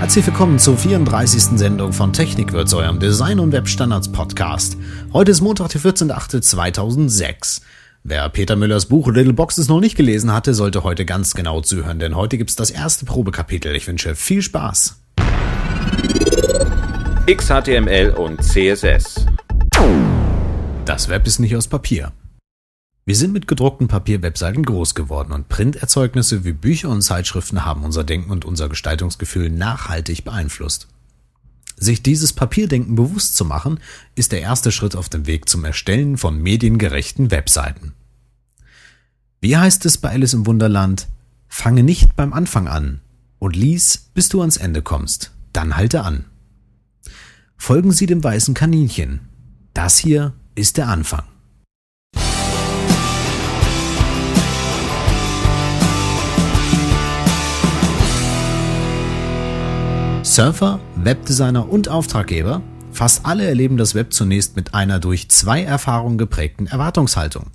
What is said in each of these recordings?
Herzlich willkommen zur 34. Sendung von Technikwürz, eurem Design- und Webstandards-Podcast. Heute ist Montag, der 14.08.2006. Wer Peter Müllers Buch Little Boxes noch nicht gelesen hatte, sollte heute ganz genau zuhören, denn heute gibt's das erste Probekapitel. Ich wünsche viel Spaß. XHTML und CSS. Das Web ist nicht aus Papier. Wir sind mit gedruckten Papier-Webseiten groß geworden und Printerzeugnisse wie Bücher und Zeitschriften haben unser Denken und unser Gestaltungsgefühl nachhaltig beeinflusst. Sich dieses Papierdenken bewusst zu machen, ist der erste Schritt auf dem Weg zum Erstellen von mediengerechten Webseiten. Wie heißt es bei Alice im Wunderland? Fange nicht beim Anfang an und lies, bis du ans Ende kommst. Dann halte an. Folgen Sie dem weißen Kaninchen. Das hier ist der Anfang. Surfer, Webdesigner und Auftraggeber, fast alle erleben das Web zunächst mit einer durch zwei Erfahrungen geprägten Erwartungshaltung.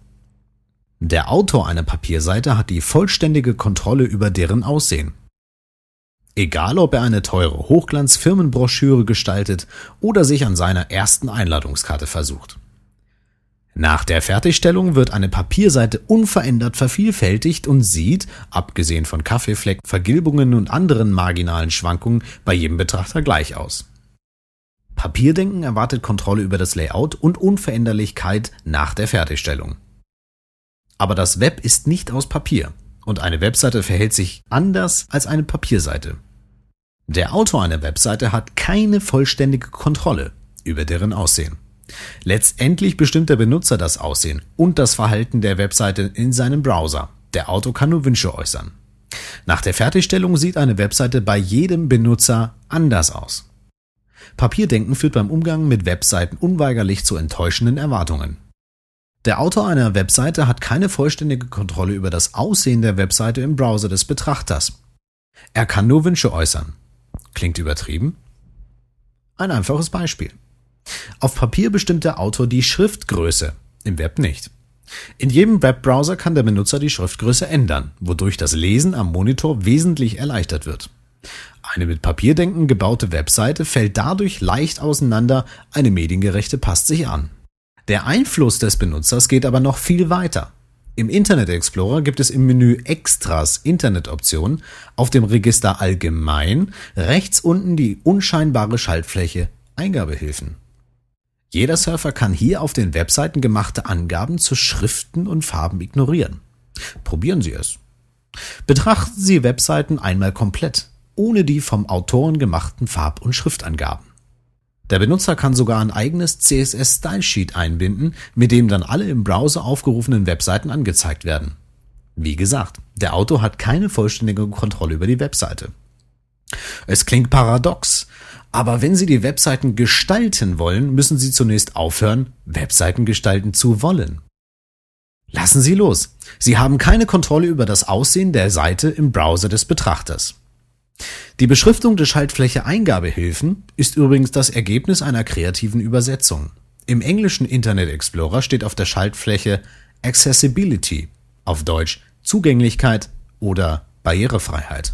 Der Autor einer Papierseite hat die vollständige Kontrolle über deren Aussehen. Egal, ob er eine teure Hochglanz-Firmenbroschüre gestaltet oder sich an seiner ersten Einladungskarte versucht. Nach der Fertigstellung wird eine Papierseite unverändert vervielfältigt und sieht, abgesehen von Kaffeeflecken, Vergilbungen und anderen marginalen Schwankungen, bei jedem Betrachter gleich aus. Papierdenken erwartet Kontrolle über das Layout und Unveränderlichkeit nach der Fertigstellung. Aber das Web ist nicht aus Papier und eine Webseite verhält sich anders als eine Papierseite. Der Autor einer Webseite hat keine vollständige Kontrolle über deren Aussehen. Letztendlich bestimmt der Benutzer das Aussehen und das Verhalten der Webseite in seinem Browser. Der Autor kann nur Wünsche äußern. Nach der Fertigstellung sieht eine Webseite bei jedem Benutzer anders aus. Papierdenken führt beim Umgang mit Webseiten unweigerlich zu enttäuschenden Erwartungen. Der Autor einer Webseite hat keine vollständige Kontrolle über das Aussehen der Webseite im Browser des Betrachters. Er kann nur Wünsche äußern. Klingt übertrieben? Ein einfaches Beispiel. Auf Papier bestimmt der Autor die Schriftgröße, im Web nicht. In jedem Webbrowser kann der Benutzer die Schriftgröße ändern, wodurch das Lesen am Monitor wesentlich erleichtert wird. Eine mit Papierdenken gebaute Webseite fällt dadurch leicht auseinander, eine mediengerechte passt sich an. Der Einfluss des Benutzers geht aber noch viel weiter. Im Internet Explorer gibt es im Menü Extras Internetoptionen auf dem Register Allgemein rechts unten die unscheinbare Schaltfläche Eingabehilfen. Jeder Surfer kann hier auf den Webseiten gemachte Angaben zu Schriften und Farben ignorieren. Probieren Sie es. Betrachten Sie Webseiten einmal komplett, ohne die vom Autoren gemachten Farb- und Schriftangaben. Der Benutzer kann sogar ein eigenes CSS-Stylesheet einbinden, mit dem dann alle im Browser aufgerufenen Webseiten angezeigt werden. Wie gesagt, der Autor hat keine vollständige Kontrolle über die Webseite. Es klingt paradox, aber wenn Sie die Webseiten gestalten wollen, müssen Sie zunächst aufhören, Webseiten gestalten zu wollen. Lassen Sie los. Sie haben keine Kontrolle über das Aussehen der Seite im Browser des Betrachters. Die Beschriftung der Schaltfläche Eingabehilfen ist übrigens das Ergebnis einer kreativen Übersetzung. Im englischen Internet Explorer steht auf der Schaltfläche Accessibility, auf Deutsch Zugänglichkeit oder Barrierefreiheit.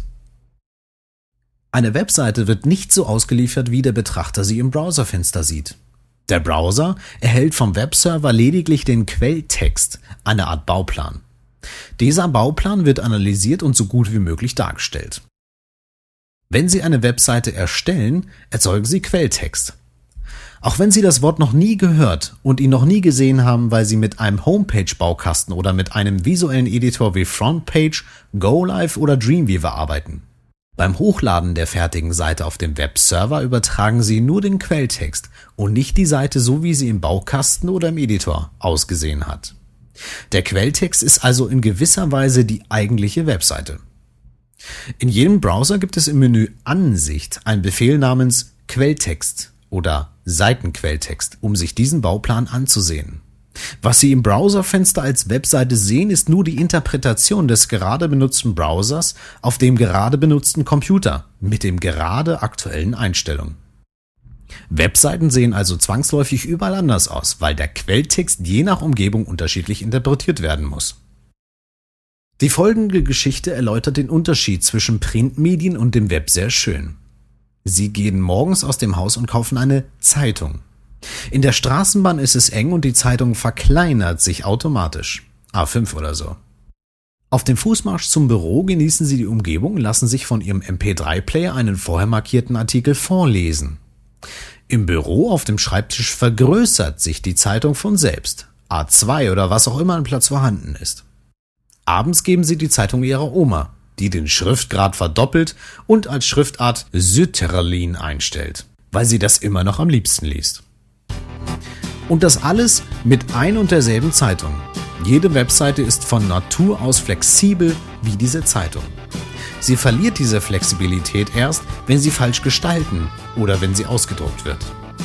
Eine Webseite wird nicht so ausgeliefert, wie der Betrachter sie im Browserfenster sieht. Der Browser erhält vom Webserver lediglich den Quelltext, eine Art Bauplan. Dieser Bauplan wird analysiert und so gut wie möglich dargestellt. Wenn Sie eine Webseite erstellen, erzeugen Sie Quelltext. Auch wenn Sie das Wort noch nie gehört und ihn noch nie gesehen haben, weil Sie mit einem Homepage-Baukasten oder mit einem visuellen Editor wie Frontpage, GoLive oder Dreamweaver arbeiten. Beim Hochladen der fertigen Seite auf dem Webserver übertragen Sie nur den Quelltext und nicht die Seite so, wie sie im Baukasten oder im Editor ausgesehen hat. Der Quelltext ist also in gewisser Weise die eigentliche Webseite. In jedem Browser gibt es im Menü Ansicht einen Befehl namens Quelltext oder Seitenquelltext, um sich diesen Bauplan anzusehen. Was Sie im Browserfenster als Webseite sehen, ist nur die Interpretation des gerade benutzten Browsers auf dem gerade benutzten Computer mit dem gerade aktuellen Einstellungen. Webseiten sehen also zwangsläufig überall anders aus, weil der Quelltext je nach Umgebung unterschiedlich interpretiert werden muss. Die folgende Geschichte erläutert den Unterschied zwischen Printmedien und dem Web sehr schön. Sie gehen morgens aus dem Haus und kaufen eine Zeitung. In der Straßenbahn ist es eng und die Zeitung verkleinert sich automatisch. A5 oder so. Auf dem Fußmarsch zum Büro genießen Sie die Umgebung und lassen sich von Ihrem MP3-Player einen vorher markierten Artikel vorlesen. Im Büro auf dem Schreibtisch vergrößert sich die Zeitung von selbst. A2 oder was auch immer an Platz vorhanden ist. Abends geben Sie die Zeitung Ihrer Oma, die den Schriftgrad verdoppelt und als Schriftart Sütterlin einstellt, weil sie das immer noch am liebsten liest. Und das alles mit ein und derselben Zeitung. Jede Webseite ist von Natur aus flexibel wie diese Zeitung. Sie verliert diese Flexibilität erst, wenn Sie falsch gestalten oder wenn sie ausgedruckt wird.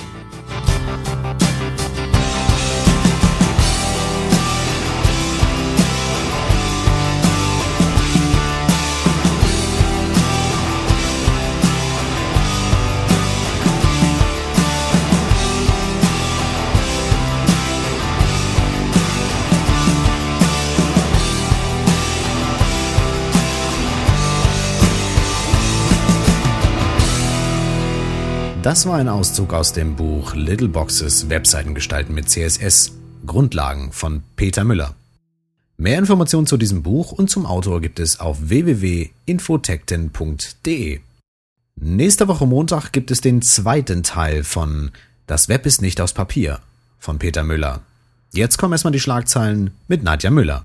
Das war ein Auszug aus dem Buch Little Boxes Webseiten gestalten mit CSS – Grundlagen von Peter Müller. Mehr Informationen zu diesem Buch und zum Autor gibt es auf www.infotecten.de. Nächste Woche Montag gibt es den zweiten Teil von Das Web ist nicht aus Papier von Peter Müller. Jetzt kommen erstmal die Schlagzeilen mit Nadja Müller.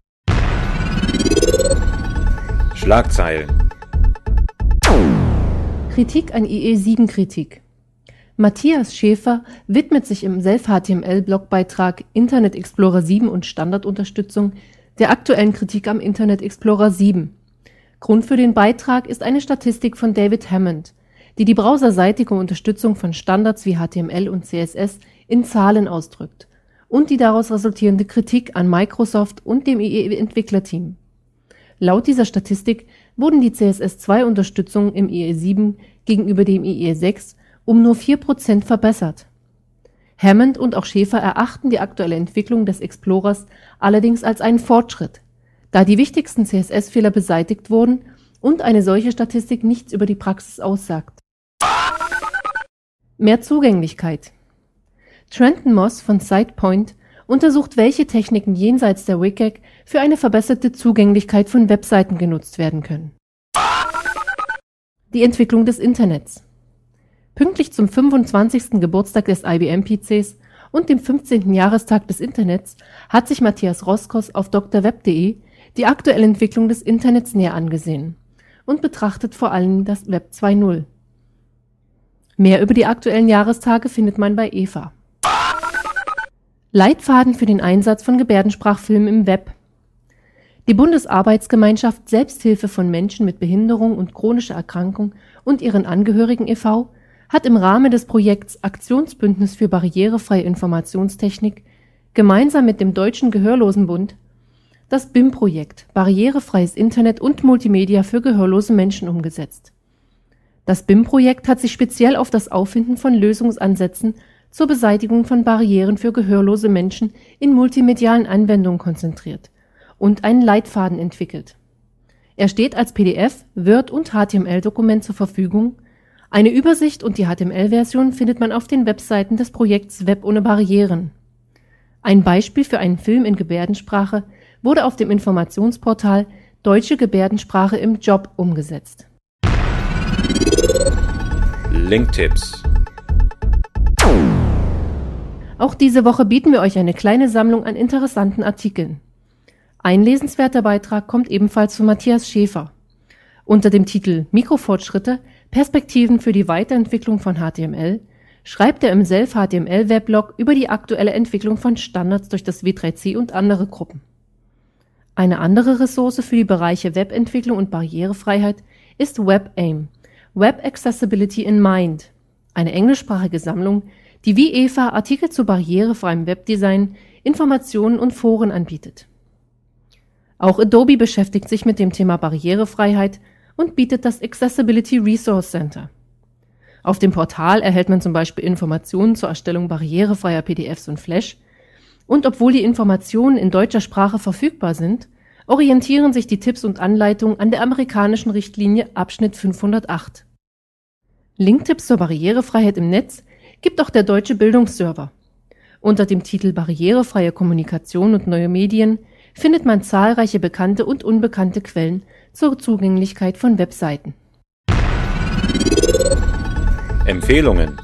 Schlagzeilen. Kritik an IE7-Kritik. Matthias Schäfer widmet sich im Self-HTML-Blogbeitrag Internet Explorer 7 und Standardunterstützung der aktuellen Kritik am Internet Explorer 7. Grund für den Beitrag ist eine Statistik von David Hammond, die browserseitige Unterstützung von Standards wie HTML und CSS in Zahlen ausdrückt und die daraus resultierende Kritik an Microsoft und dem IE-Entwicklerteam. Laut dieser Statistik wurden die CSS2-Unterstützungen im IE7 gegenüber dem IE6 um nur 4% verbessert. Hammond und auch Schäfer erachten die aktuelle Entwicklung des Explorers allerdings als einen Fortschritt, da die wichtigsten CSS-Fehler beseitigt wurden und eine solche Statistik nichts über die Praxis aussagt. Mehr Zugänglichkeit. Trenton Moss von SitePoint untersucht, welche Techniken jenseits der WCAG für eine verbesserte Zugänglichkeit von Webseiten genutzt werden können. Die Entwicklung des Internets. Pünktlich zum 25. Geburtstag des IBM-PCs und dem 15. Jahrestag des Internets hat sich Matthias Roskos auf drweb.de die aktuelle Entwicklung des Internets näher angesehen und betrachtet vor allem das Web 2.0. Mehr über die aktuellen Jahrestage findet man bei Eva. Leitfaden für den Einsatz von Gebärdensprachfilmen im Web. Die Bundesarbeitsgemeinschaft Selbsthilfe von Menschen mit Behinderung und chronischer Erkrankung und ihren Angehörigen e.V. hat im Rahmen des Projekts Aktionsbündnis für barrierefreie Informationstechnik gemeinsam mit dem Deutschen Gehörlosenbund das BIM-Projekt Barrierefreies Internet und Multimedia für gehörlose Menschen umgesetzt. Das BIM-Projekt hat sich speziell auf das Auffinden von Lösungsansätzen zur Beseitigung von Barrieren für gehörlose Menschen in multimedialen Anwendungen konzentriert und einen Leitfaden entwickelt. Er steht als PDF, Word und HTML-Dokument zur Verfügung. Eine Übersicht und die HTML-Version findet man auf den Webseiten des Projekts Web ohne Barrieren. Ein Beispiel für einen Film in Gebärdensprache wurde auf dem Informationsportal Deutsche Gebärdensprache im Job umgesetzt. Linktipps. Auch diese Woche bieten wir euch eine kleine Sammlung an interessanten Artikeln. Ein lesenswerter Beitrag kommt ebenfalls von Matthias Schäfer. Unter dem Titel Mikrofortschritte – Perspektiven für die Weiterentwicklung von HTML schreibt er im Self-HTML-Weblog über die aktuelle Entwicklung von Standards durch das W3C und andere Gruppen. Eine andere Ressource für die Bereiche Webentwicklung und Barrierefreiheit ist WebAIM, Web Accessibility in Mind, eine englischsprachige Sammlung, die wie Eva Artikel zu barrierefreiem Webdesign, Informationen und Foren anbietet. Auch Adobe beschäftigt sich mit dem Thema Barrierefreiheit und bietet das Accessibility Resource Center. Auf dem Portal erhält man zum Beispiel Informationen zur Erstellung barrierefreier PDFs und Flash, und obwohl die Informationen in deutscher Sprache verfügbar sind, orientieren sich die Tipps und Anleitungen an der amerikanischen Richtlinie Abschnitt 508. Linktipps zur Barrierefreiheit im Netz gibt auch der Deutsche Bildungsserver. Unter dem Titel Barrierefreie Kommunikation und neue Medien findet man zahlreiche bekannte und unbekannte Quellen zur Zugänglichkeit von Webseiten. Empfehlungen.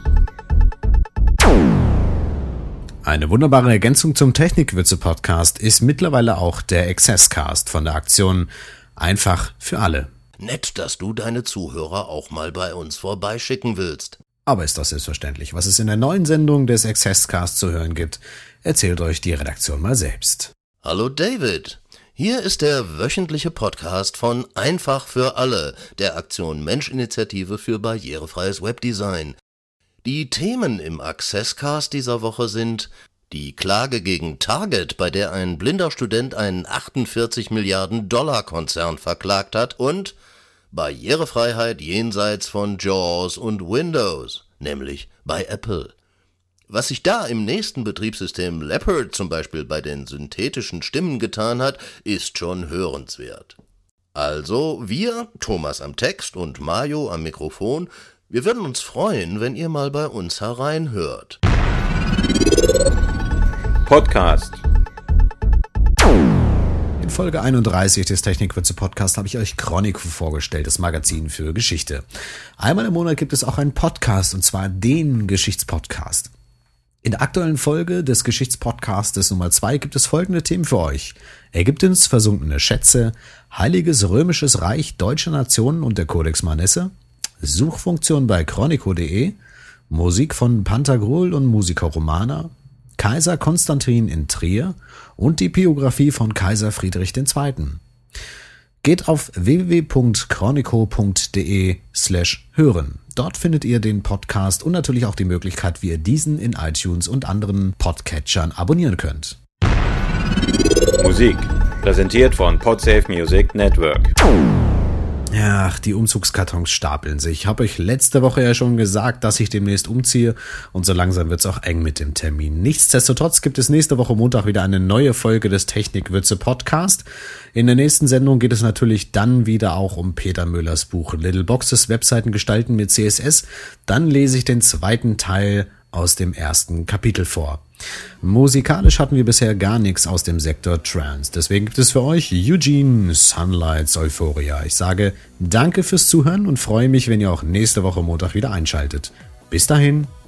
Eine wunderbare Ergänzung zum Technikwürze-Podcast ist mittlerweile auch der Accesscast von der Aktion Einfach für alle. Nett, dass du deine Zuhörer auch mal bei uns vorbeischicken willst. Aber ist doch selbstverständlich. Was es in der neuen Sendung des Accesscast zu hören gibt, erzählt euch die Redaktion mal selbst. Hallo David, hier ist der wöchentliche Podcast von Einfach für alle, der Aktion Mensch-Initiative für barrierefreies Webdesign. Die Themen im Accesscast dieser Woche sind die Klage gegen Target, bei der ein blinder Student einen 48 Milliarden Dollar Konzern verklagt hat, und Barrierefreiheit jenseits von JAWS und Windows, nämlich bei Apple. Was sich da im nächsten Betriebssystem Leopard zum Beispiel bei den synthetischen Stimmen getan hat, ist schon hörenswert. Also wir, Thomas am Text und Mario am Mikrofon, wir würden uns freuen, wenn ihr mal bei uns hereinhört. Podcast. In Folge 31 des Technikwürze-Podcasts habe ich euch Chronico vorgestellt, das Magazin für Geschichte. Einmal im Monat gibt es auch einen Podcast, und zwar den Geschichtspodcast. In der aktuellen Folge des Geschichtspodcastes Nummer 2 gibt es folgende Themen für euch: Ägyptens versunkene Schätze, Heiliges Römisches Reich deutscher Nationen und der Codex Manesse, Suchfunktion bei chronico.de, Musik von Pantagruel und Musica Romana, Kaiser Konstantin in Trier und die Biografie von Kaiser Friedrich II. Geht auf www.chronico.de/hören. Dort findet ihr den Podcast und natürlich auch die Möglichkeit, wie ihr diesen in iTunes und anderen Podcatchern abonnieren könnt. Musik. Präsentiert von Podsafe Music Network. Ach, die Umzugskartons stapeln sich. Ich habe euch letzte Woche ja schon gesagt, dass ich demnächst umziehe, und so langsam wird's auch eng mit dem Termin. Nichtsdestotrotz gibt es nächste Woche Montag wieder eine neue Folge des Technikwürze-Podcast. In der nächsten Sendung geht es natürlich dann wieder auch um Peter Müllers Buch Little Boxes, Webseiten gestalten mit CSS. Dann lese ich den zweiten Teil aus dem ersten Kapitel vor. Musikalisch hatten wir bisher gar nichts aus dem Sektor Trance. Deswegen gibt es für euch Eugene Sunlights Euphoria. Ich sage danke fürs Zuhören und freue mich, wenn ihr auch nächste Woche Montag wieder einschaltet. Bis dahin.